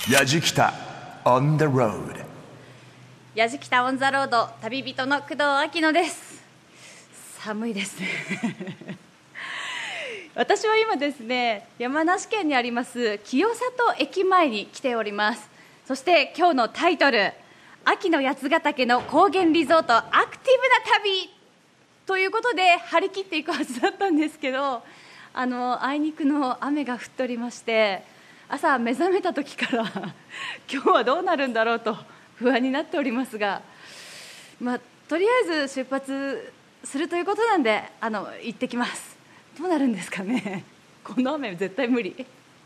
やじきた on the road。 やじきたオンザロード、旅人の工藤秋乃です。寒いですね私は今ですね、山梨県にあります清里駅前に来ております。そして今日のタイトル、秋の八ヶ岳の高原リゾートアクティブな旅ということで張り切っていくはずだったんですけど、あいにくの雨が降っておりまして、朝目覚めた時から今日はどうなるんだろうと不安になっておりますが、とりあえず出発するということなんで行ってきます。どうなるんですかね、この雨絶対無理。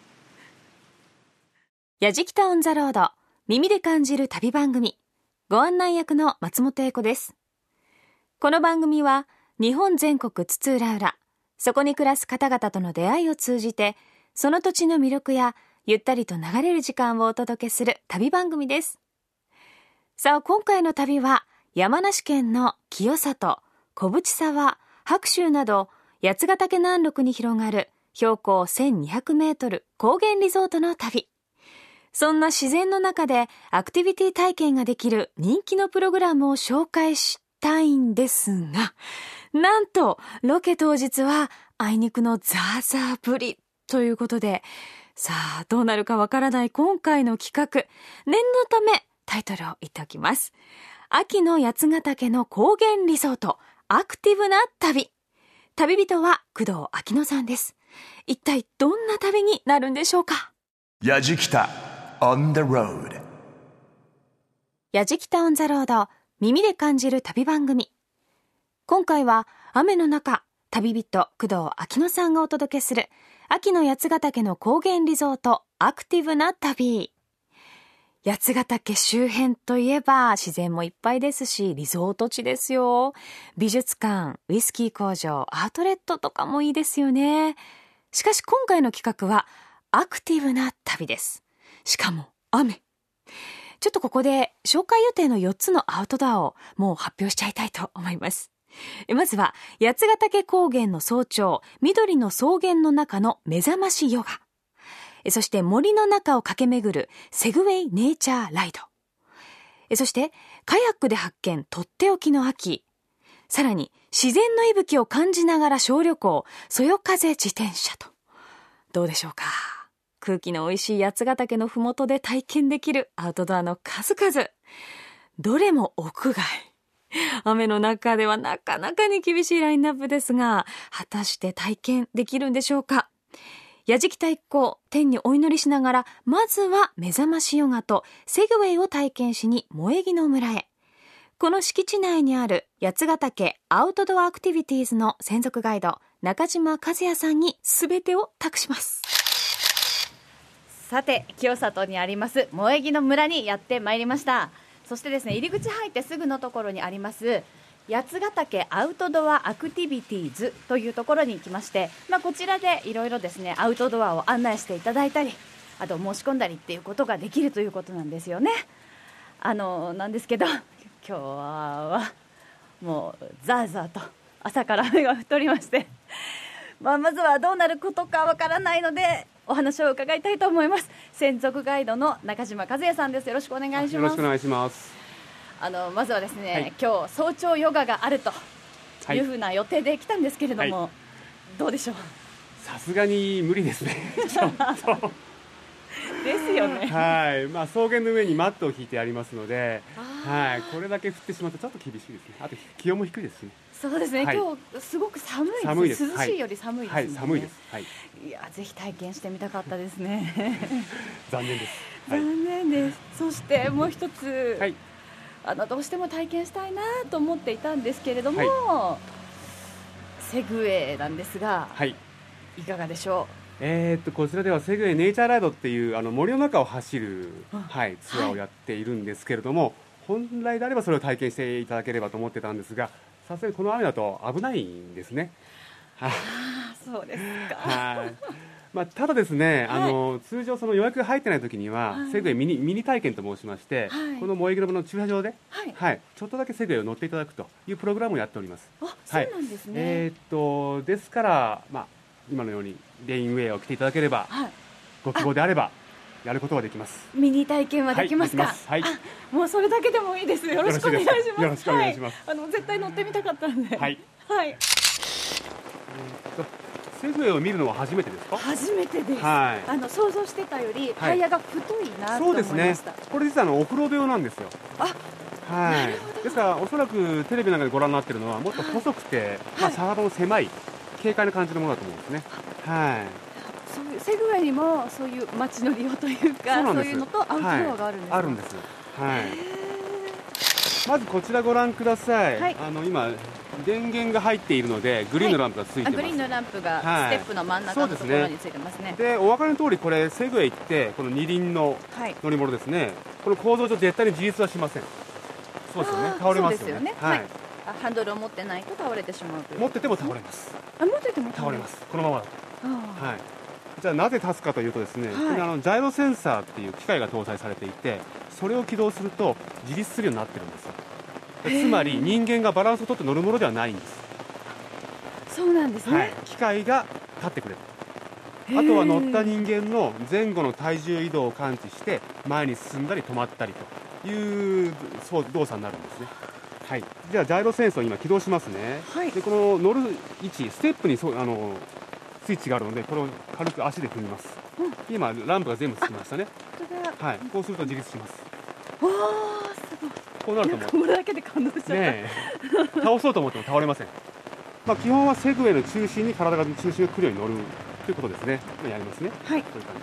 やじきたオンザロード、耳で感じる旅番組、ご案内役の松本英子です。この番組は日本全国津々浦々、そこに暮らす方々との出会いを通じて、その土地の魅力やゆったりと流れる時間をお届けする旅番組です。さあ、今回の旅は山梨県の清里、小淵沢、白州など八ヶ岳南麓に広がる標高1200メートル高原リゾートの旅。そんな自然の中でアクティビティ体験ができる人気のプログラムを紹介したいんですが、なんとロケ当日はあいにくのザーザー降りということで、さあどうなるかわからない今回の企画、念のためタイトルを言っておきます。秋の八ヶ岳の高原リゾートアクティブな旅。旅人は工藤秋乃さんです。一体どんな旅になるんでしょうか。 やじきた on the road。 やじきたオンザロード、耳で感じる旅番組。今回は雨の中、旅人工藤秋乃さんがお届けする秋の八ヶ岳の高原リゾートアクティブな旅。八ヶ岳周辺といえば自然もいっぱいですし、リゾート地ですよ。美術館、ウイスキー工場、アウトレットとかもいいですよね。しかし今回の企画はアクティブな旅です。しかも雨。ちょっとここで紹介予定の4つのアウトドアをもう発表しちゃいたいと思います。まずは八ヶ岳高原の早朝、緑の草原の中の目覚ましヨガ。そして森の中を駆け巡るセグウェイネイチャーライド。そしてカヤックで発見とっておきの秋。さらに自然の息吹を感じながら小旅行、そよ風自転車と。どうでしょうか。空気の美味しい八ヶ岳のふもとで体験できるアウトドアの数々。どれも屋外。雨の中ではなかなかに厳しいラインナップですが、果たして体験できるんでしょうか。やじきた一行、天にお祈りしながら、まずは目覚ましヨガとセグウェイを体験しに萌木の村へ。この敷地内にある八ヶ岳アウトドアアクティビティーズの専属ガイド、中島和也さんに全てを託します。 さて、清里にあります萌木の村にやってまいりました。そしてですね、入り口入ってすぐのところにあります八ヶ岳アウトドアアクティビティーズというところに来まして、こちらでいろいろですね、アウトドアを案内していただいたり、あと申し込んだりっていうことができるということなんですよね。なんですけど、今日はもうザーザーと朝から雨が降っておりまして、まずはどうなることかわからないのでお話を伺いたいと思います。専属ガイドの中島和也さんです。よろしくお願いします。 よろしくお願いします。 まずはですね、今日早朝ヨガがあるというふうな予定で来たんですけれども、どうでしょう。 さすがに無理ですねちょっとですよね。 はい、草原の上にマットを引いてありますので、これだけ降ってしまうとちょっと厳しいですね。あと気温も低いですしね。 そうですね、今日すごく寒いです。涼しいより寒いですね。 寒いです。 いや、ぜひ体験してみたかったですね残念です。 残念です。そしてもう一つ、どうしても体験したいなと思っていたんですけれども、セグウェイなんですが、いかがでしょう。 こちらではセグウェイネイチャーライドっていう森の中を走る、ツアーをやっているんですけれども、本来であればそれを体験していただければと思ってたんですが、さすがにこの雨だと危ないんですね。 そうですか。 ただですね、通常その予約が入ってない時には、セグウェイミニ体験と申しまして、この萌木の村の駐車場で、ちょっとだけセグウェイを乗っていただくというプログラムをやっております。 そうなんですね。 ですから、今のようにレインウェアを着ていただければ、ご希望であればやることができます。 ミニ体験はできますか？ はい、できます。はい、 あ、もうそれだけでもいいです。よろしくお願いします。 よろしくお願いします。 絶対乗ってみたかったんで。 はい。 はい。 セグウェイを見るのは初めてですか？ 初めてです。 はい。 想像してたよりタイヤが太いなと思いました。そうですね。 これ実はオフロード用なんですよ。はい。ですからおそらくテレビなんかでご覧になっているのはもっと細くて、車幅の狭い軽快な感じのものだと思うんですね。はい。 そういうセグウェイにもそういう街の利用というか、そういうのとアウトドアがあるんですか？ あるんです。はい。まずこちらご覧ください。今電源が入っているのでグリーンのランプがついてます。 グリーンのランプがステップの真ん中のところについてますね。 で、お分かりの通りこれセグウェイってこの二輪の乗り物ですね。この構造上絶対に自立はしません。そうですよね。倒れますよね。はい。 ハンドルを持ってないと倒れてしまうという。 持ってても倒れます。 持ってても倒れます。このままだと。はい。じゃあなぜ立つかというとですね、これジャイロセンサーっていう機械が搭載されていて、それを起動すると自立するようになってるんですよ。つまり人間がバランスをとって乗るものではないんです。 そうなんですね。 機械が立ってくれる。あとは乗った人間の前後の体重移動を感知して前に進んだり止まったりという動作になるんですね。はい。じゃあジャイロセンサーを今起動しますね。でこの乗る位置ステップにスイッチがあるのでこれを軽く足で踏みます。今ランプが全部つきましたね。はい。こうすると自立します。 おー、すごい。 こうなると思う。 これだけで感動しちゃった。 倒そうと思っても倒れません。基本はセグウェイの中心に体が中心が来るように乗るということですね。やりますね。はい。こういう感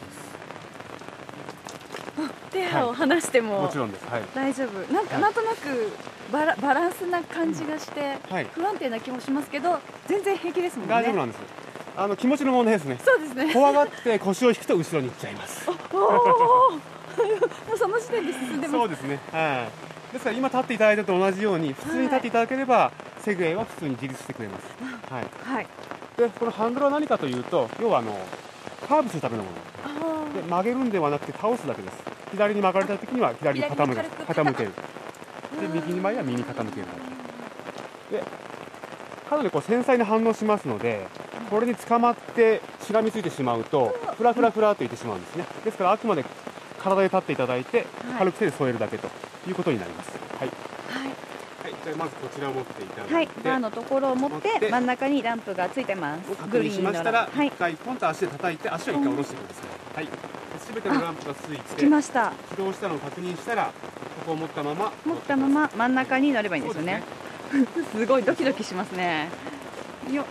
じです。 手を離しても、 もちろんです。はい。 大丈夫。なんとなくバランスな感じがして、不安定な気もしますけど、全然平気ですもんね。 大丈夫なんです。気持ちの問題ですね。 そうですね。 怖がって腰を引くと後ろに行っちゃいます。 もうその時点で進んでます。 そうですね。はい。ですから今立っていただいたと同じように普通に立っていただければ、セグウェイは普通に自立してくれます。はい。はい。でこのハンドルは何かというと、要はカーブするためのもの。で曲げるんではなくて倒すだけです。左に曲がれた時には左に傾ける。で右に前は右に傾ける。でかなり繊細に反応しますので、これに捕まってしがみついてしまうとフラフラフラといってしまうんですね。ですからあくまで体で立っていただいて軽く手で添えるだけということになります。はい。はい。じゃあまずこちらを持っていただいて、 バーのところを持って真ん中にランプがついてます。 確認しましたら一回ポンと足で叩いて足を一回下ろしてください。はい。すべてのランプがついてきました。 起動したのを確認したらここを持ったまま真ん中に乗ればいいんですよね。すごいドキドキしますね。よっ。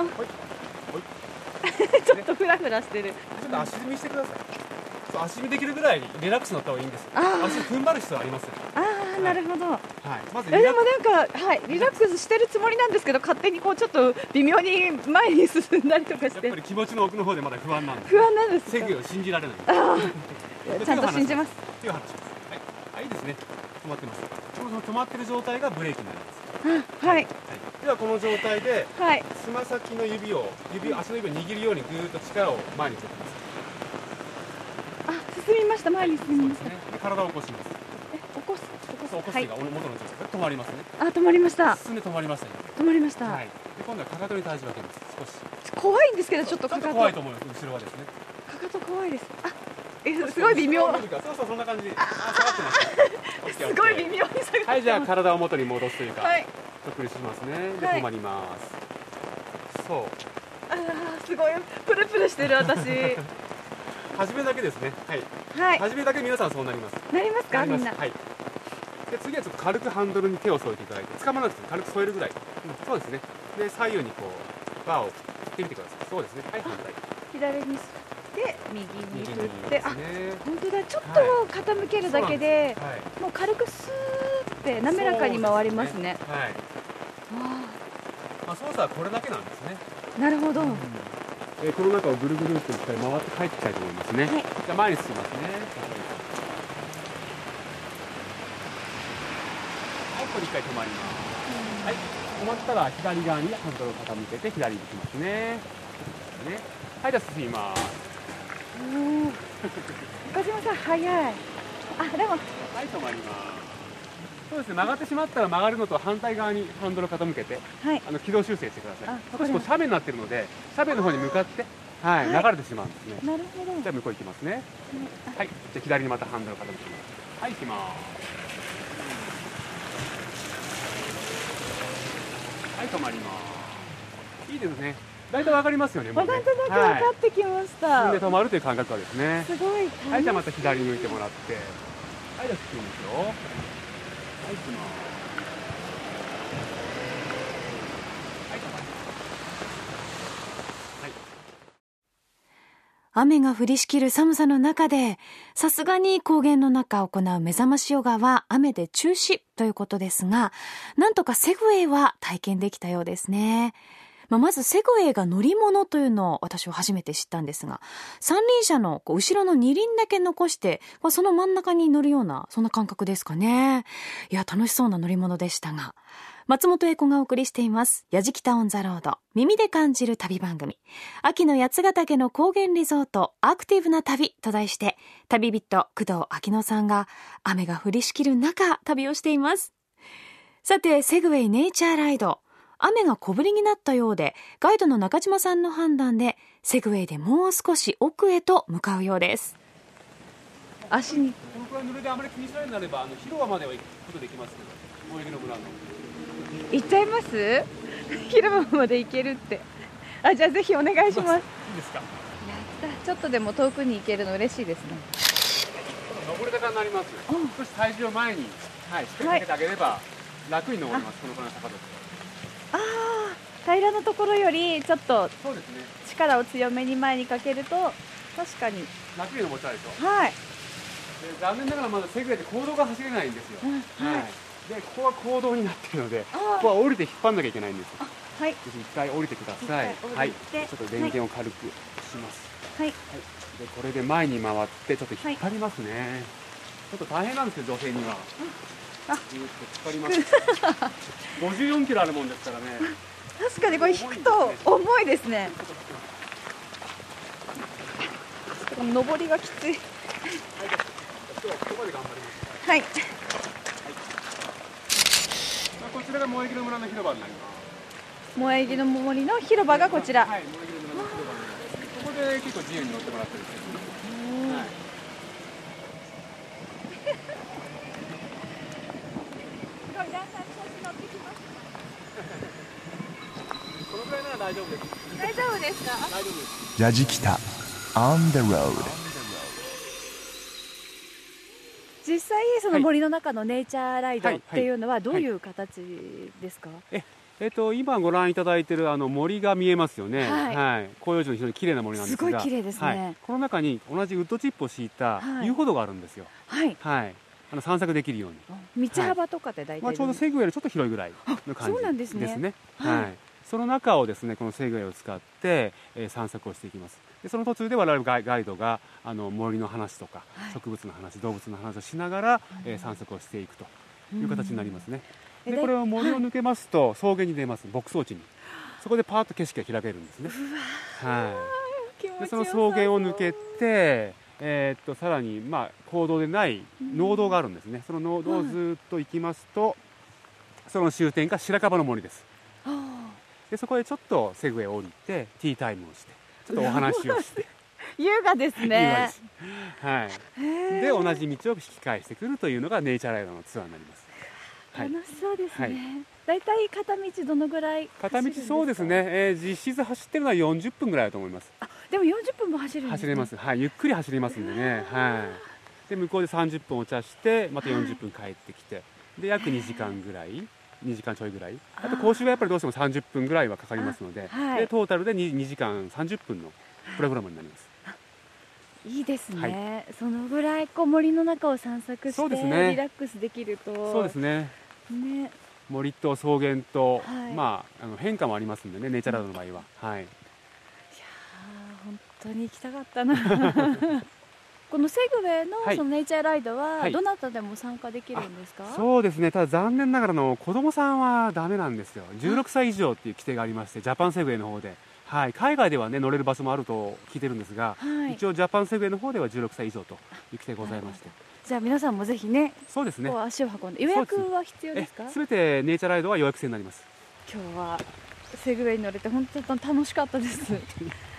ちょっとフラフラしてる。 ちょっと足踏みしてください。足踏みできるぐらいリラックスになった方がいいんです。足踏ん張る必要あります。 なるほど。はい。 まずでもなんかリラックスしてるつもりなんですけど、勝手にこうちょっと微妙に前に進んだりとかして。 やっぱり気持ちの奥の方でまだ不安なんです。 不安なんです。 セグウェイを信じられない。 ちゃんと信じます。 手を離します。はい。いいですね。止まってます。この止まってる状態がブレーキになります。 はい。 ではこの状態ではい。 つま先の足の指を握るようにぐーっと力を前に振ってください。 進みました。前に進みました。 体を起こします。 起こすというか元の状態で止まりますね。 止まりました。 進んで止まりました。 止まりました。 はい。で今度はかかとに体重をかけます。少し。 怖いんですけどちょっとかかと。 怖いと思います。後ろはですね。 かかと怖いです。すごい微妙。 そうそんな感じ。下がってます。 すごい微妙に下がってます。 はい、じゃあ体を元に戻すというか。 はい。 得意しますね。で止まります。そう。 すごいプルプルしてる私。 初めだけですね。はい。 はい。 初めだけ皆さんそうなります。 なりますかみんな。 はい。で次はちょっと軽くハンドルに手を添えていただいて、掴まなくて軽く添えるぐらい。そうですね。で左右にこうバーを振ってみてください。そうですね。はい、反対。 左に振って右に振って、本当だ。ちょっと傾けるだけで、もう軽くスーって滑らかに回りますね。 はい。操作はこれだけなんですね。 なるほど。 この中をぐるぐるっと一回回って帰ってきたいと思いますね。はい、じゃあ前に進みますね。はい、これ一回止まります。はい、止まったら左側にハンドルを傾けて左に行きますね。はい、じゃあ進みます。 岡島さん早い。でも。はい、 止まります。そうですね、曲がってしまったら曲がるのと反対側にハンドルを傾けて、軌道修正してください。少しこう斜面になっているので斜面の方に向かってはい、 はい流れてしまうんですね。 なるほど。 じゃあ向こう行きますね。はい、じゃあ左にまたハンドル傾けます。はい、行きます。はい、止まります。いいですね。大体わかりますよね。もうねなんとなく分かってきました。 自分で止まるという感覚はですね。 すごい。 はい、じゃあまた左に向いてもらって。はい、じゃあ進みますよ。はい、行きます。はい、止まります。はい。 雨が降りしきる寒さの中で、さすがに高原の中を行う目覚ましヨガは雨で中止ということですが、なんとかセグウェイは体験できたようですね。まずセグウェイが乗り物というのを私は初めて知ったんですが、三輪車の後ろの二輪だけ残して、その真ん中に乗るような、そんな感覚ですかね。いや、楽しそうな乗り物でしたが。松本英子がお送りしています。やじきたオンザロード。耳で感じる旅番組。秋の八ヶ岳の高原リゾート、アクティブな旅と題して、旅人、工藤秋乃さんが雨が降りしきる中、旅をしています。さて、セグウェイネイチャーライド。雨が小降りになったようで、ガイドの中島さんの判断で、セグウェイでもう少し奥へと向かうようです。 足に。 このくらい濡れであまり気にしないようになれば、広場までは行くことできますけど、大雪の村の。 行っちゃいます？広場まで行けるって。あ、じゃあぜひお願いします。 いいですか。 やった。ちょっとでも遠くに行けるの嬉しいですね。 登り坂になります。少し体重を前に、はい、しっかりかけてあげれば、楽に登れます。このくらいの坂です。 ああ、平らなところよりちょっとそうですね。 力を強めに前にかけると確かに楽に登っちゃうでしょ。 はい。 で残念ながらまだセグウェイで公道が走れないんですよ。はい。でここは公道になっているので、ここは降りて引っ張んなきゃいけないんですよ。 はい。 ぜひ一回降りてください。はい。ちょっと電源を軽くします。 はい。 はい。でこれで前に回ってちょっと引っ張りますね。ちょっと大変なんですけど女性には。ずっと引っ張ります。54キロあるもんですからね。 確かにこれ引くと重いですね。上りがきつい。 はい。今日はここまで頑張ります。 はい。 こちらが萌木の村の広場になります。 萌木の森の広場がこちら。 はい、萌木の村の広場になります。ここで結構自由に乗ってもらってるんですけど。はい。このくらいなら大丈夫です。 大丈夫ですか？ 大丈夫です。 やじきた On the road。 実際その森の中のネイチャーライドっていうのはどういう形ですか？ 今ご覧いただいている森が見えますよね。 はい。 はい。広葉樹の非常に綺麗な森なんですが。 すごい綺麗ですね。 はい。この中に同じウッドチップを敷いた遊歩道があるんですよ。 はい。 はい。散策できるように。 道幅とかって大体、 ちょうどセグウェイよりちょっと広いぐらいの感じそうなんですね。 ですね。はい。その中をですね、このセグウェイを使って、散策をしていきます。でその途中で我々ガイドが森の話とか、植物の話、動物の話をしながら、散策をしていくという形になりますね。でこれを森を抜けますと、草原に出ます。牧草地に。そこでパーッと景色が開けるんですね。はい。でその草原を抜けて、さらに公道でない農道があるんですね。その農道をずっと行きますと、その終点が白樺の森です。でそこでちょっとセグウェイを降りてティータイムをしてちょっとお話をして優雅ですね。 優雅です。はい。で同じ道を引き返してくるというのがネイチャーライドのツアーになります。 楽しそうですね。だいたい片道どのぐらい片道そうですね、実質走ってるのは40分ぐらいだと思います。 でも40分も走るんですね。 走れます。はい。ゆっくり走りますんでね。はい。で向こうで30分お茶してまた40分帰ってきて、で約2時間ぐらい。2時間ちょいぐらい。あと講習がやっぱりどうしても30分ぐらいはかかりますので、でトータルで 2時間30分のプログラムになります。 いいですね。そのぐらい森の中を散策してリラックスできると。 そうですね。森と草原と、変化もありますんでね、ネイチャーライドの場合は。はい。いや本当に行きたかったな。このセグウェイのそのネイチャーライドはどなたでも参加できるんですか？ そうですね。ただ残念ながら子供さんはダメなんですよ。16歳以上っていう規定がありまして、ジャパンセグウェイの方で、はい、海外ではね乗れる場所もあると聞いてるんですが、一応ジャパンセグウェイの方では16歳以上という規定がございまして。 じゃあ皆さんもぜひね、 そうですね。 足を運んで予約は必要ですか？ すべてネイチャーライドは予約制になります。 今日はセグウェイに乗れて本当に楽しかったです。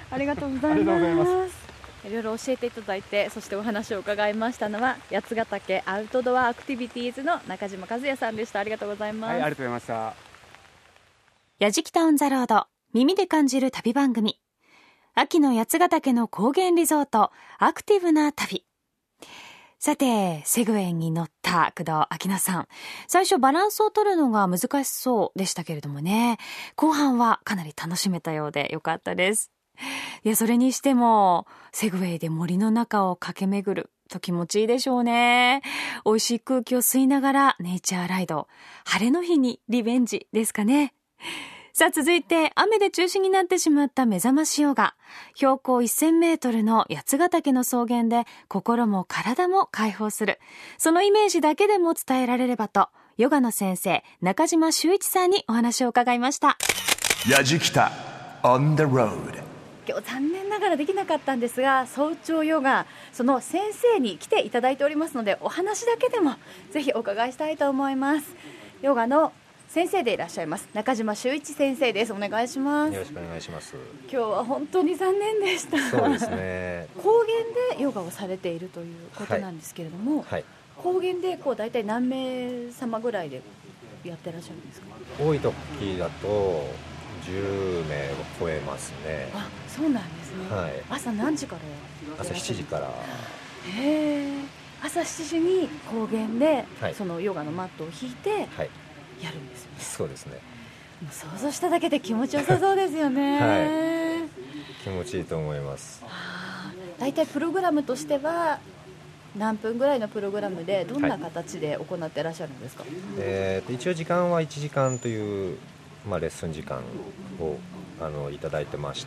ありがとうございありがとうございま。 ますいろいろ教えていただいて、そしてお話を伺いましたのは八ヶ岳アウトドアアクティビティーズの中島和也さんでした。ありがとうございます。 はい、ありがとうございました。 やじきたオンザロード、耳で感じる旅番組。秋の八ヶ岳の高原リゾート、アクティブな旅。さて、セグウェイに乗った工藤秋乃さん。最初バランスを取るのが難しそうでしたけれどもね、後半はかなり楽しめたようでよかったです。いや、それにしてもセグウェイで森の中を駆け巡ると気持ちいいでしょうね。美味しい空気を吸いながらネイチャーライド、晴れの日にリベンジですかね。さあ、続いて雨で中止になってしまった目覚ましヨガ。標高1000メートルの八ヶ岳の草原で心も体も解放する、そのイメージだけでも伝えられればと、ヨガの先生中島修一さんにお話を伺いました。 やじきた on the road。 今日残念ながらできなかったんですが、早朝ヨガ、その先生に来ていただいておりますので、お話だけでもぜひお伺いしたいと思います。ヨガの先生でいらっしゃいます中島修一先生です。お願いします。 よろしくお願いします。 今日は本当に残念でした。 そうですね。 高原でヨガをされているということなんですけれども、 はい、 高原でこう大体何名様ぐらいでやってらっしゃるんですか？ 多い時だと10名を超えますね。 あ、そうなんですね。 はい、 朝何時から朝7時から。 へー、朝7時に高原で、 はい、 そのヨガのマットを引いてやはい、 るんですよね。 そうですね。 もう想像しただけで気持ちよさそうですよね。 はい、気持ちいいと思います。 だいたいプログラムとしては何分ぐらいのプログラムでどんな形で行っていらっしゃるんですか？ 一応時間は1時間という、レッスン時間をいただいてまして、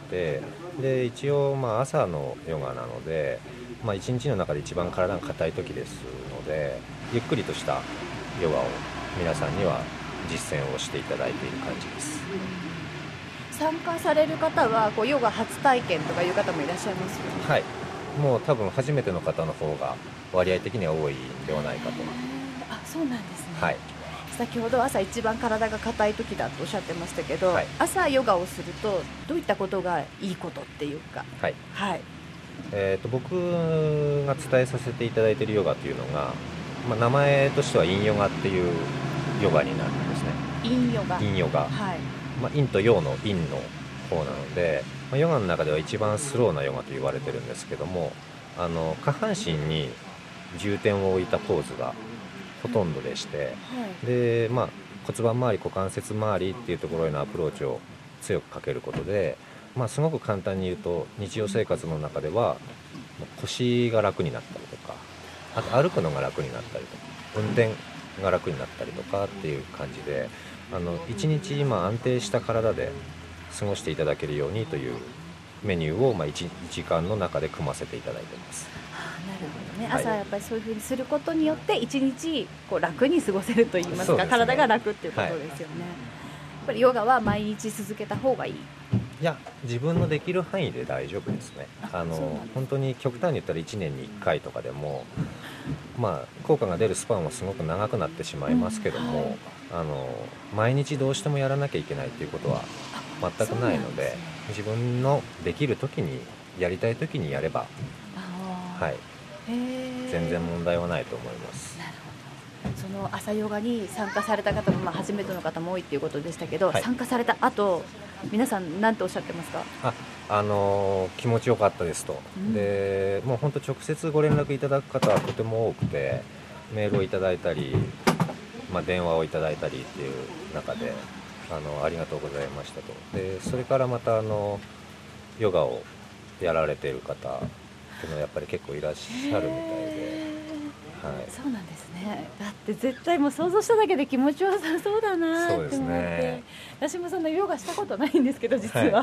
で一応朝のヨガなので、1日の中で一番体が硬い時ですので、ゆっくりとしたヨガを皆さんには実践をしていただいている感じです。 参加される方はこうヨガ初体験とかいう方もいらっしゃいますよね。 はい、もう多分初めての方の方が割合的には多いんではないかと。 あ、そうなんですね。 はい、 先ほど朝一番体が硬い時だとおっしゃってましたけど、 はい、 朝ヨガをするとどういったことがいいことっていうか。 はい、 はい、 僕が伝えさせていただいているヨガというのが、名前としては陰ヨガっていうヨガになるんですね。 陰ヨガ。 陰ヨガ、 はい、 陰と陽の陰の方なので、ヨガの中では一番スローなヨガと言われてるんですけども、下半身に重点を置いたポーズがほとんどでして、 はい、 で、骨盤周り、股関節周りっていうところへのアプローチを強くかけることで、すごく簡単に言うと日常生活の中では腰が楽になったりとか、あと歩くのが楽になったりとか、運転が楽になったりとかっていう感じで、一日安定した体で過ごしていただけるようにというメニューを1時間の中で組ませていただいています。 なるほどね。 はい、 朝やっぱりそういう風にすることによって一日こう楽に過ごせると言いますか、 そうですね、 体が楽っていうことですよね。やっぱりヨガは毎日続けた方がいい。 いや、自分のできる範囲で大丈夫ですね。本当に極端に言ったら1年に1回とかでも、効果が出るスパンはすごく長くなってしまいますけども、毎日どうしてもやらなきゃいけないということは全くないので、自分のできる時にやりたい時にやれば、はい、全然問題はないと思います。 なるほど。その朝ヨガに参加された方も、初めての方も多いということでしたけど、はい、参加された後皆さん何ておっしゃってますか？ 気持ちよかったですと、でもう本当直接ご連絡いただく方はとても多くて、メールをいただいたり、電話をいただいたりっていう中でありがとうございましたと。でそれからまたヨガをやられている方っていうのはやっぱり結構いらっしゃるみたいで、はい、そうなんですね。 だって絶対もう想像しただけで気持ちよさそうだなって思って、 ね、 私もそんなヨガしたことないんですけど実は、はい、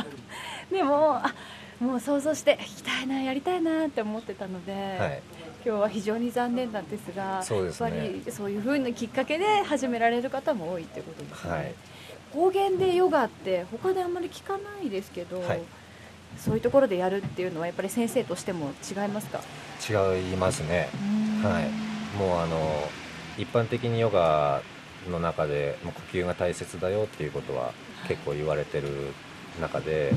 でももう想像して行きたいな、やりたいなって思ってたので、はい、今日は非常に残念なんですが、 そうですね、 やっぱりそういう風なきっかけで始められる方も多いってことですね。 はい、 高原でヨガって他であんまり聞かないですけど、はい、そういうところでやるっていうのはやっぱり先生としても違いますか？ 違いますね。はい、もう一般的にヨガの中で呼吸が大切だよっていうことは結構言われてる中で、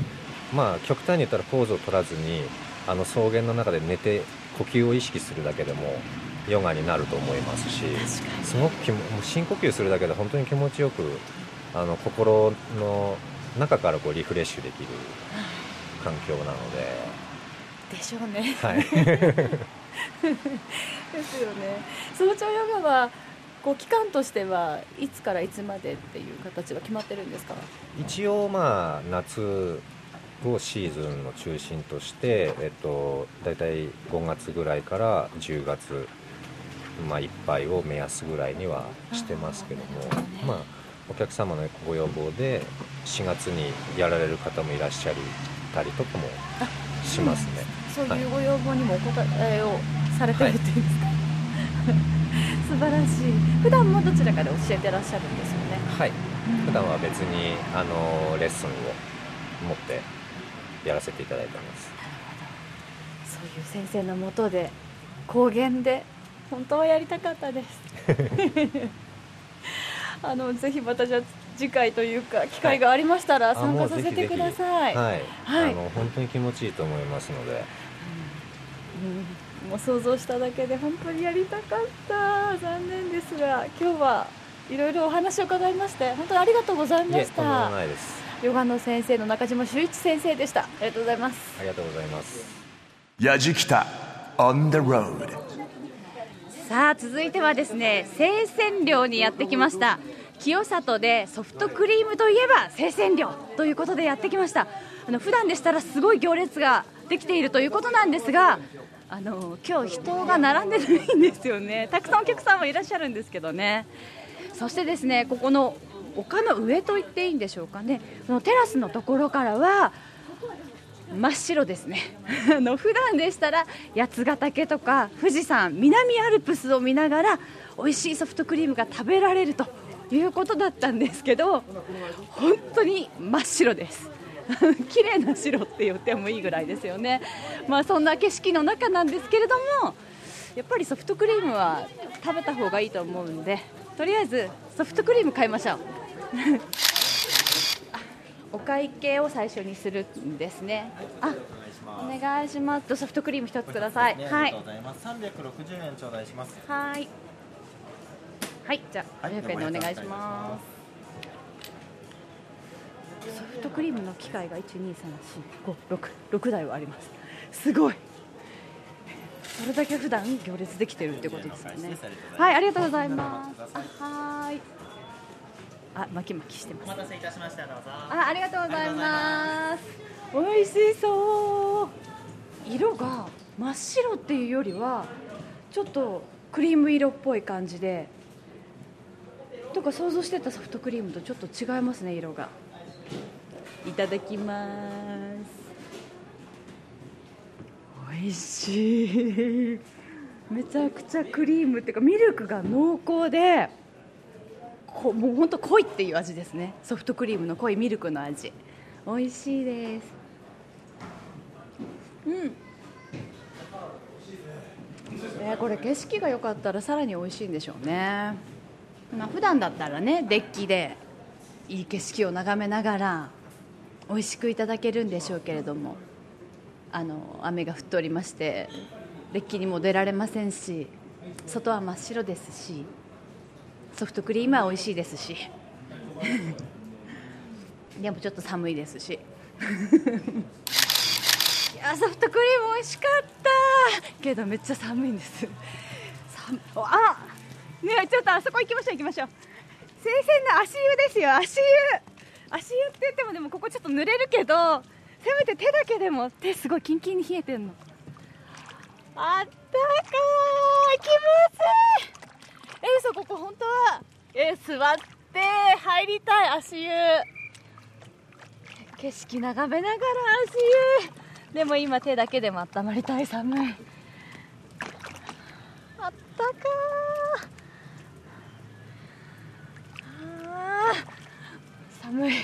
まあ極端に言ったらポーズを取らずに草原の中で寝て呼吸を意識するだけでもヨガになると思いますし、すごくもう深呼吸するだけで本当に気持ちよく心の中からこうリフレッシュできる環境なので。 でしょうね。 はいですよね。早朝ヨガはこう期間としてはいつからいつまでっていう形は決まってるんですか？ 一応まあ夏をシーズンの中心として、だいたい5月ぐらいから10月、まあ、いっぱいを目安ぐらいにはしてますけども、まあ、お客様のご要望で4月にやられる方もいらっしゃったりとかもしますね。 そういうご要望にもお答えをされてるっていうんですか、はい素晴らしい。普段もどちらかで教えてらっしゃるんですよね。 はい、普段は別にレッスンを持ってやらせていただいてます。 なるほど。そういう先生の下で高原で本当はやりたかったですぜひまたじゃあ次回というか機会がありましたら参加させてください。 はい、 はい、 本当に気持ちいいと思いますので、 もう想像しただけで本当にやりたかった。残念ですが今日はいろいろお話を伺いまして本当にありがとうございました。 とんでもないです。 ヨガの先生の中島修一先生でした。ありがとうございます。 ありがとうございます。 やじきた on the road。 さあ続いてはですね、生鮮寮にやってきました。清里でソフトクリームといえば生鮮寮ということでやってきました。普段でしたらすごい行列ができているということなんですが、今日人が並んでないんですよね。たくさんお客さんはいらっしゃるんですけどね。そしてですね、ここの丘の上と言っていいんでしょうかね、そのテラスのところからは真っ白ですね普段でしたら八ヶ岳とか富士山、南アルプスを見ながら美味しいソフトクリームが食べられるということだったんですけど、本当に真っ白です綺麗な白って言ってもいいぐらいですよね。まあそんな景色の中なんですけれども、やっぱりソフトクリームは食べた方がいいと思うんで、とりあえずソフトクリーム買いましょうお会計を最初にするんですね。お願いします。ソフトクリーム一つください。はい、 360円頂戴します。 はい、はい、じゃあ500円でお願いします。ソフトクリームの機械が1、2、3、4、5、6台はあります。すごい。それだけ普段行列できてるってことですよね。はい、ありがとうございます。はい。巻き巻きしてます。 お待たせいたしました。どうぞ。 ありがとうございます。美味しそう。色が真っ白っていうよりはちょっとクリーム色っぽい感じで、とか想像してたソフトクリームとちょっと違いますね、色が。いただきます。美味しい。めちゃくちゃクリームっていうかミルクが濃厚で、もう本当濃いっていう味ですね。ソフトクリームの濃いミルクの味、美味しいです。これ景色が良かったらさらに美味しいんでしょうね。普段だったらね、デッキでいい景色を眺めながら美味しくいただけるんでしょうけれども、雨が降っておりましてデッキにも出られませんし、外は真っ白ですし、ソフトクリームは美味しいですしでもちょっと寒いですしいやソフトクリーム美味しかったけどめっちゃ寒いんです。ねえ、ちょっとあそこ行きましょう。生鮮の足湯ですよ。足湯って言ってもでもここちょっと濡れるけど、せめて手だけでも。手すごいキンキンに冷えてんの。あったかーい、気持ちいい。嘘、ここ本当は座って入りたい。足湯、景色眺めながら足湯。でも今手だけでも温まりたい。寒い。あったかー。寒い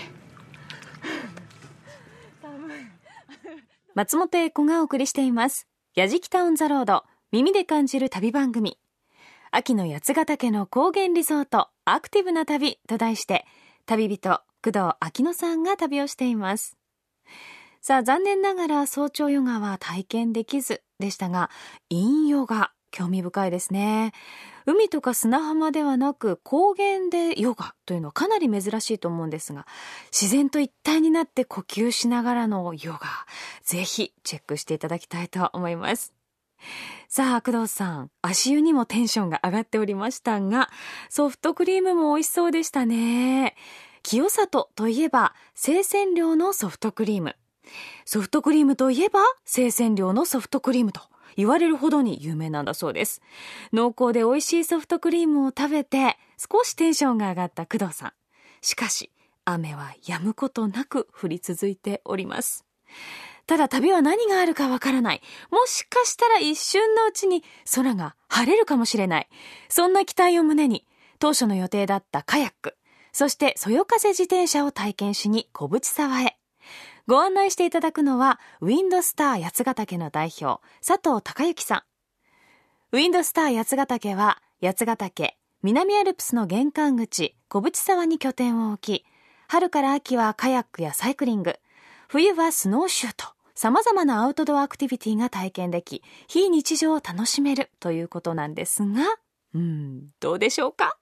松本英子がお送りしています。やじきたオンザロード、耳で感じる旅番組。秋の八ヶ岳の高原リゾート、アクティブな旅と題して、旅人工藤秋乃さんが旅をしています。 さあ、残念ながら早朝ヨガは体験できずでしたが、陰ヨガ、興味深いですね。海とか砂浜ではなく高原でヨガというのはかなり珍しいと思うんですが、自然と一体になって呼吸しながらのヨガ、ぜひチェックしていただきたいと思います。さあ、工藤さん、足湯にもテンションが上がっておりましたが、ソフトクリームも美味しそうでしたね。清里といえば生鮮量のソフトクリーム、ソフトクリームといえば生鮮量のソフトクリームと言われるほどに有名なんだそうです。濃厚で美味しいソフトクリームを食べて少しテンションが上がった工藤さん。しかし雨は止むことなく降り続いております。ただ旅は何があるかわからない。もしかしたら一瞬のうちに空が晴れるかもしれない。そんな期待を胸に当初の予定だったカヤック、そしてそよ風自転車を体験しに小淵沢へ。ご案内していただくのはウィンドスター八ヶ岳の代表、佐藤孝之さん。ウィンドスター八ヶ岳は八ヶ岳、南アルプスの玄関口小淵沢に拠点を置き、春から秋はカヤックやサイクリング、冬はスノーシューと様々なアウトドアアクティビティが体験でき、非日常を楽しめるということなんですが、どうでしょうか。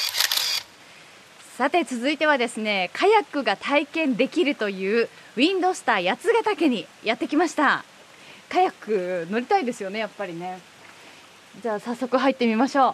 さて続いてはですね、カヤックが体験できるというウィンドスター八ヶ岳にやってきました。カヤック乗りたいですよね、やっぱりね。じゃあ早速入ってみましょう。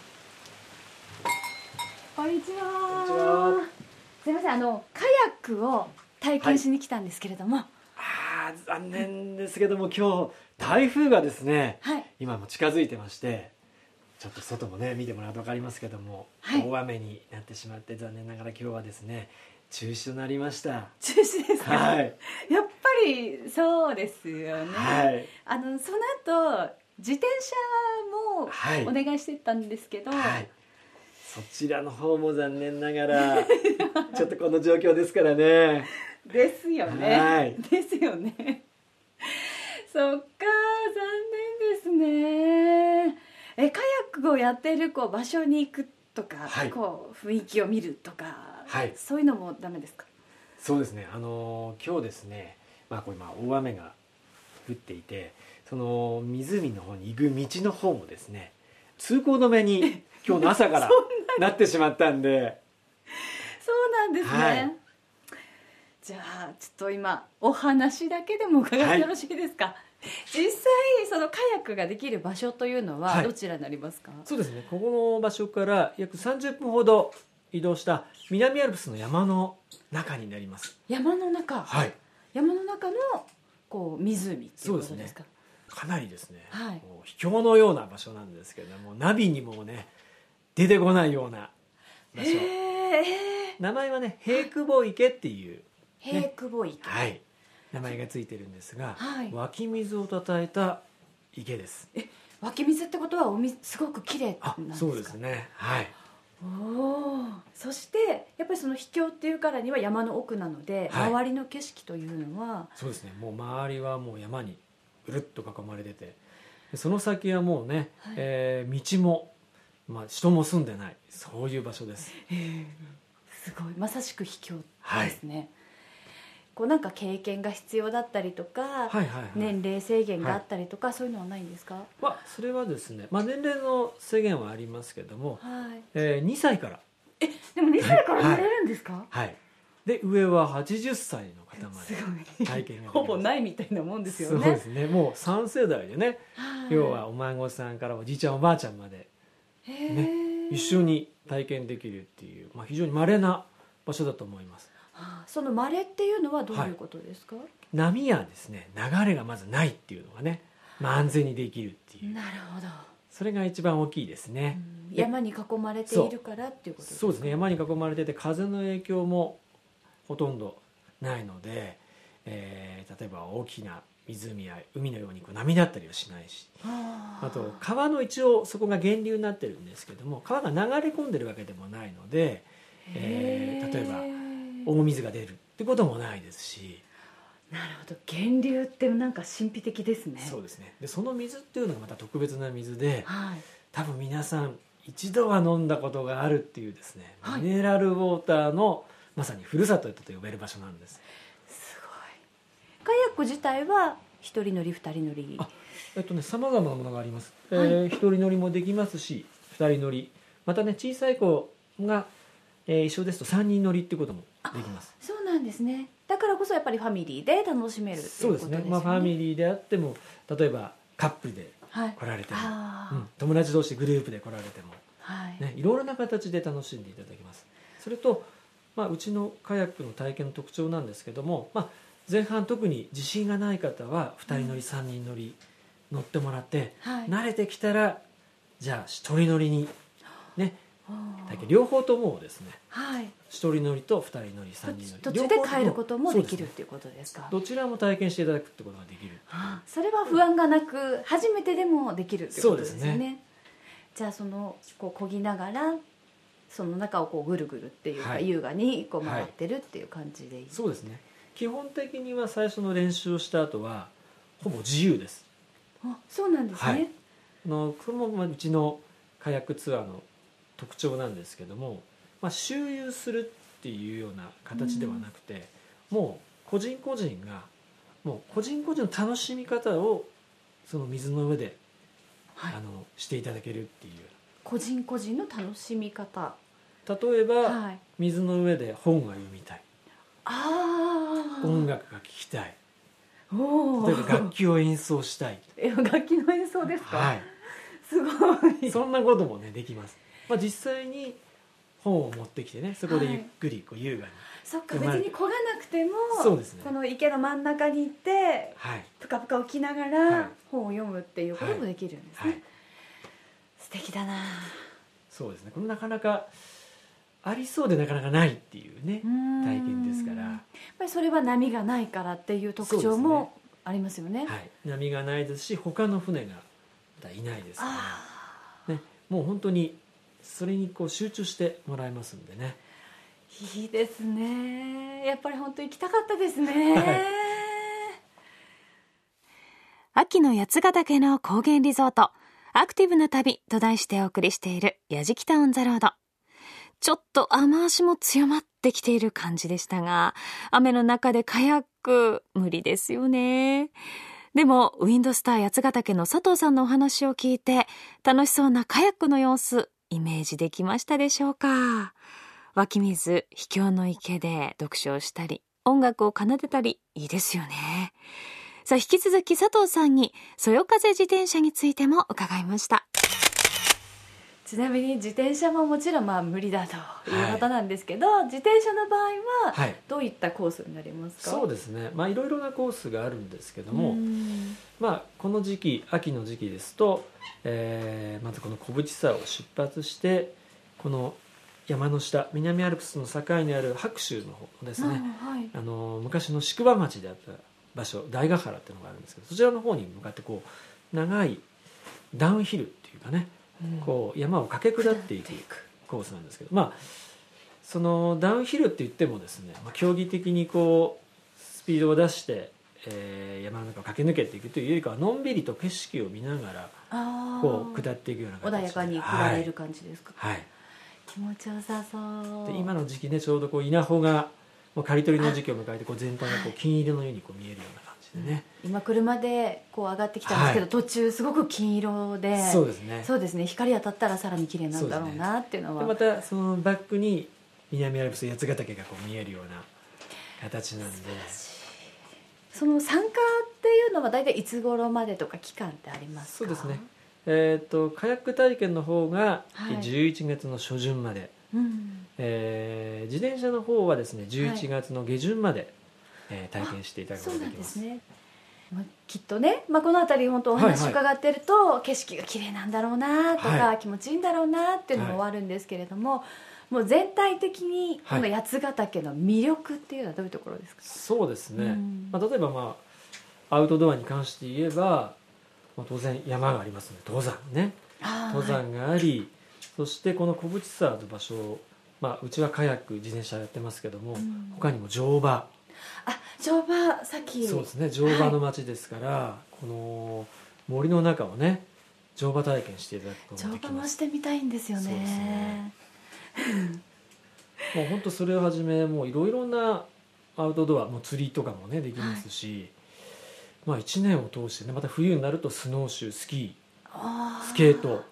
こんにちは。すいません、カヤックを体験しに来たんですけれども、 残念ですけども今日台風がですね、今も近づいてまして、ちょっと外もね見てもらうと分かりますけども、大雨になってしまって残念ながら今日はですね中止となりました。 中止ですか。やっぱりそうですよね。その後自転車もお願いしてたんですけど、 そちらの方も残念ながらちょっとこの状況ですからね。 ですよね。ですよね。そっか、残念ですね。カヤックをやってる場所に行くとか、雰囲気を見るとか、そういうのもダメですか。 そうですね。今日ですね、これ大雨が降っていて、その湖の方に行く道の方もですね通行止めに今日の朝からなってしまったんで。 そうなんですね。じゃあちょっと今お話だけでも伺ってよろしいですか。実際そのカヤックができる場所というのはどちらになりますか。 そうですね、ここの場所から約30分ほど移動した南アルプスの山の中になります。 山の中。山の中の湖っていうことですか。 かなりですね、秘境のような場所なんですけれども、ナビにもね出てこないような場所。名前はね平久保池っていう、 平久保池、 名前がついてるんですが、湧き水をたたえた池です。 湧き水ってことはすごく綺麗なんですか。 そうですね。 そしてやっぱりその秘境っていうからには山の奥なので、周りの景色というのは。 そうですね、もう周りはもう山にぐるっと囲まれてて、その先はもうね、道も、人も住んでない、そういう場所です。 すごい、まさしく秘境ですね。なんか経験が必要だったりとか、年齢制限があったりとか、そういうのはないんですか。 それはですね、年齢の制限はありますけども、2歳から。 でも2歳から乗れるんですか。 で上は80歳の方まで体験ができます。 ほぼないみたいなもんですよね。 そうですね、もう3世代でね、要はお孫さんからおじいちゃんおばあちゃんまで、一緒に体験できるっていう、非常に稀な場所だと思います。 その稀っていうのはどういうことですか。 波やですね流れがまずないっていうのがね、安全にできるっていう。 なるほど。 それが一番大きいですね。 山に囲まれているからっていうことですか。 そうですね、山に囲まれてて風の影響もほとんどないので、例えば大きな湖や海のように波だったりはしないし、あと川の一応そこが源流になってるんですけども、川が流れ込んでるわけでもないので、例えば大水が出るってこともないですし。 なるほど、源流ってなんか神秘的ですね。 そうですね。でその水っていうのがまた特別な水で、多分皆さん一度は飲んだことがあるっていうですね、ミネラルウォーターのまさにふるさとと呼べる場所なんです。 すごい。カヤク自体は一人乗り二人乗り？ さまざまなものがあります、 はい一人乗りもできますし二人乗り、またね小さい子が、一緒ですと3人乗りっていうこともできます。 そうなんですね。だからこそやっぱりファミリーで楽しめるっていうそうですね、 ことですよね。 ファミリーであっても例えばカップルではい来られても、 あー友達同士グループで来られても、 はいね、いろいろな形で楽しんでいただけます。それと、うちのカヤックの体験の特徴なんですけども、前半特に自信がない方は2人乗り3人乗り乗ってもらって、 はい慣れてきたらじゃあ1人乗りにね、 あー体験両方ともですね、 はい、 1人乗りと2人乗り3人乗り途中で変えることもできるっそうすねていうことですか？ どちらも体験していただくってことができる。 それは不安がなく初めてでもできるっていうことですよね。 そうですじゃあこぎながらその中をぐるぐるっていうか、 はい優雅に回ってるっていう感じでいい？ そうですね、基本的には最初の練習をした後はほぼ自由です。 あ、そうなんですね。 はい、これもうちのカヤックツアーの特徴なんですけども、周遊するっていうような形ではなくて、もう個人個人がもう個人個人の楽しみ方をその水の上で、 はいしていただけるっていう。 個人個人の楽しみ方。 例えば、 はい、 水の上で本が読みたい、 ああ、 音楽が聴きたい、 お例えば楽器を演奏したい楽器の演奏ですか？ はい、 すごい。 そんなこともねできます。実際に本を持ってきてね、そこでゆっくり優雅に、 そっか、別に漕がなくてもそうですね、 この池の真ん中に行ってはいぷかぷか起きながはいら本を読むっていうこともできるんですね、 はい、 素敵だな。 そうですね、これなかなかありそうでなかなかないっていうね体験ですから、 やっぱりそれは波がないからっていう特徴もありますよね。 はい、波がないですし他の船がまたいないですかあら、ね、もう本当にそれに集中してもらえますんでね。 いいですね。やっぱり本当行きたかったですね、 はい、 秋の八ヶ岳の高原リゾートアクティブな旅と題してお送りしているやじきたオンザロード。ちょっと雨足も強まってきている感じでしたが、雨の中でカヤック無理ですよね。でもウィンドスター八ヶ岳の佐藤さんのお話を聞いて、楽しそうなカヤックの様子イメージできましたでしょうか？湧き水、秘境の池で読書をしたり音楽を奏でたり、いいですよね。さあ、引き続き佐藤さんにそよ風自転車についても伺いました。 ちなみに自転車ももちろん無理だということなんですけど、自転車の場合はどういったコースになりますか？ そうですね、いろいろなコースがあるんですけども、この時期、秋の時期ですと、まずこの小淵沢を出発して、この山の下、南アルプスの境にある白州の方ですね、昔の宿場町であった場所、大ヶ原っていうのがあるんですけど、そちらの方に向かって長いダウンヒルっていうかね、山を駆け下っていくコースなんですけど、そのダウンヒルって言ってもですね、競技的にスピードを出して、山の中を駆け抜けていくというよりかは、のんびりと景色を見ながら下っていくような形で穏やかに下れる感じですか？ はい、 気持ちよさそう。 で今の時期ね、ちょうど稲穂がもう刈り取りの時期を迎えて、全体が金色のように見えるような感じでね、 今車で上がってきたんですけど、途中すごく金色で、 そうですね、 そうですね、光当たったらさらに綺麗なんだろうなっていうのは。 でまたそのバックに南アルプス八ヶ岳が見えるような形なんで、 その参加っていうのは大体いつ頃までとか期間ってありますか？ そうですね、カヤック体験の方が11月の初旬まで、自転車の方はですね11月の下旬まで、体験していただくことができます。 そうなんですね。きっとね、この辺り本当お話伺ってると、景色が綺麗なんだろうなとか、気持ちいいんだろうなっていうのもあるんですけれども、もう全体的にこの八ヶ岳の魅力っていうのはどういうところですか？ そうですね、例えばアウトドアに関して言えば、当然山がありますので登山ね、登山があり、そしてこの小淵沢の場所、うちはカヤック自転車やってますけども、他にも乗馬、 乗馬、さっきそうですね、乗馬の街ですから、この森の中をね乗馬体験していただくことができます。 乗馬もしてみたいんですよね。 そうですね本当それをはじめ、もういろいろなアウトドア、もう釣りとかもねできますし、 1年を通してね、また冬になるとスノーシュー、スキー、スケート、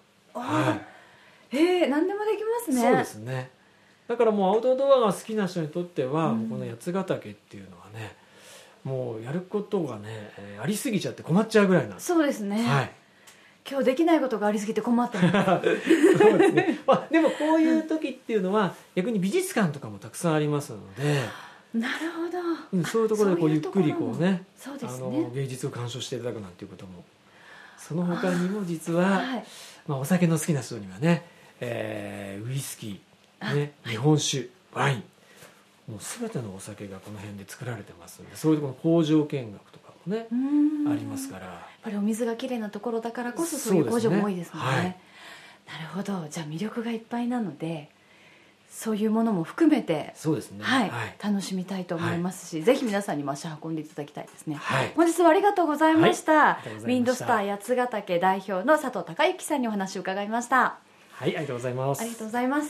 何でもできますね。 そうですね。だからもうアウトドアが好きな人にとっては、この八ヶ岳っていうのはね、もうやることがね、ありすぎちゃって困っちゃうぐらいなんです。 そうですね、今日できないことがありすぎて困ってますそうですね。でもこういう時っていうのは逆に美術館とかもたくさんありますので、 なるほど、 そういうところでこうゆっくりこうね、 そうですね、 芸術を鑑賞していただくなんていうことも、その他にも実は、お酒の好きな人にはね、ウイスキー、ね、日本酒、ワイン、もう全てのお酒がこの辺で作られてますので、そういうところの工場見学とかもねありますから、やっぱりお水がきれいなところだからこそそういう工場も多いですもんね。なるほど、じゃあ魅力がいっぱいなので、そういうものも含めて、 そうですね、 楽しみたいと思いますし、ぜひ皆さんにも足を運んでいただきたいですね。本日はありがとうございました。ウィンドスター八ヶ岳代表の佐藤孝之さんにお話を伺いました。 ありがとうございます。 ありがとうございます。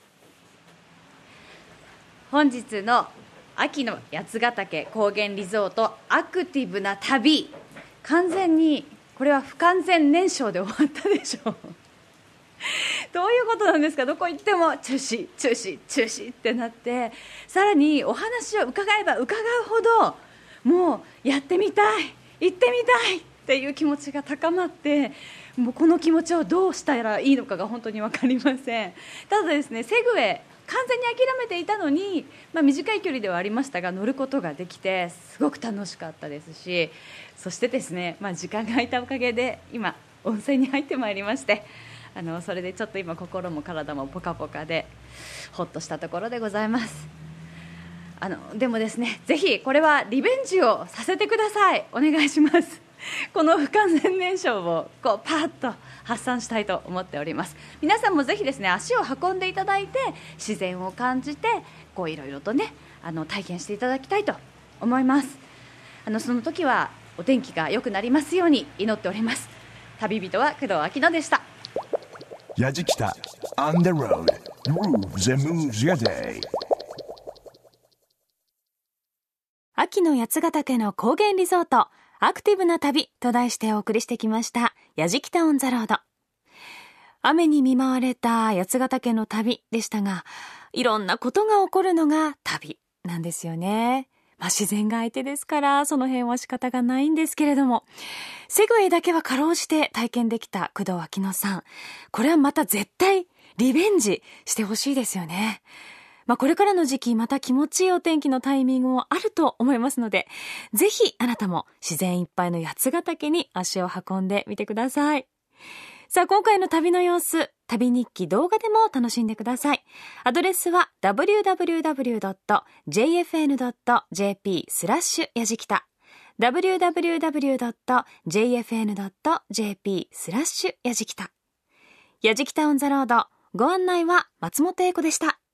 本日の秋の八ヶ岳高原リゾートアクティブな旅、完全にこれは不完全燃焼で終わったでしょうどういうことなんですか。どこ行っても中止中止中止ってなって、さらにお話を伺えば伺うほど、もうやってみたい、行ってみたいっていう気持ちが高まって、もうこの気持ちをどうしたらいいのかが本当に分かりません。ただですね、セグウェイ完全に諦めていたのに、短い距離ではありましたが乗ることができてすごく楽しかったですし、そしてですね、時間が空いたおかげで今温泉に入ってまいりまして、それでちょっと今心も体もポカポカでほっとしたところでございます。でもですね、ぜひこれはリベンジをさせてください。お願いします。この不完全燃焼をパーッと発散したいと思っております。皆さんもぜひですね、足を運んでいただいて自然を感じていろいろとね体験していただきたいと思います。その時はお天気が良くなりますように祈っております。旅人は工藤秋乃でした。 やじきた On the road Grooves and moves your day。 秋の八ヶ岳の高原リゾートアクティブな旅と題してお送りしてきましたやじきたオンザロード。雨に見舞われた八ヶ岳の旅でしたが、いろんなことが起こるのが旅なんですよね。自然が相手ですからその辺は仕方がないんですけれども、セグウェイだけはかろうじて体験できた工藤秋乃さん、これはまた絶対リベンジしてほしいですよね。これからの時期また気持ちいいお天気のタイミングもあると思いますので、ぜひあなたも自然いっぱいの八ヶ岳に足を運んでみてください。さあ、今回の旅の様子、旅日記動画でも楽しんでください。アドレスは www.jfn.jp/やじきた www.jfn.jp/やじきた。やじきたオンザロード、ご案内は松本英子でした。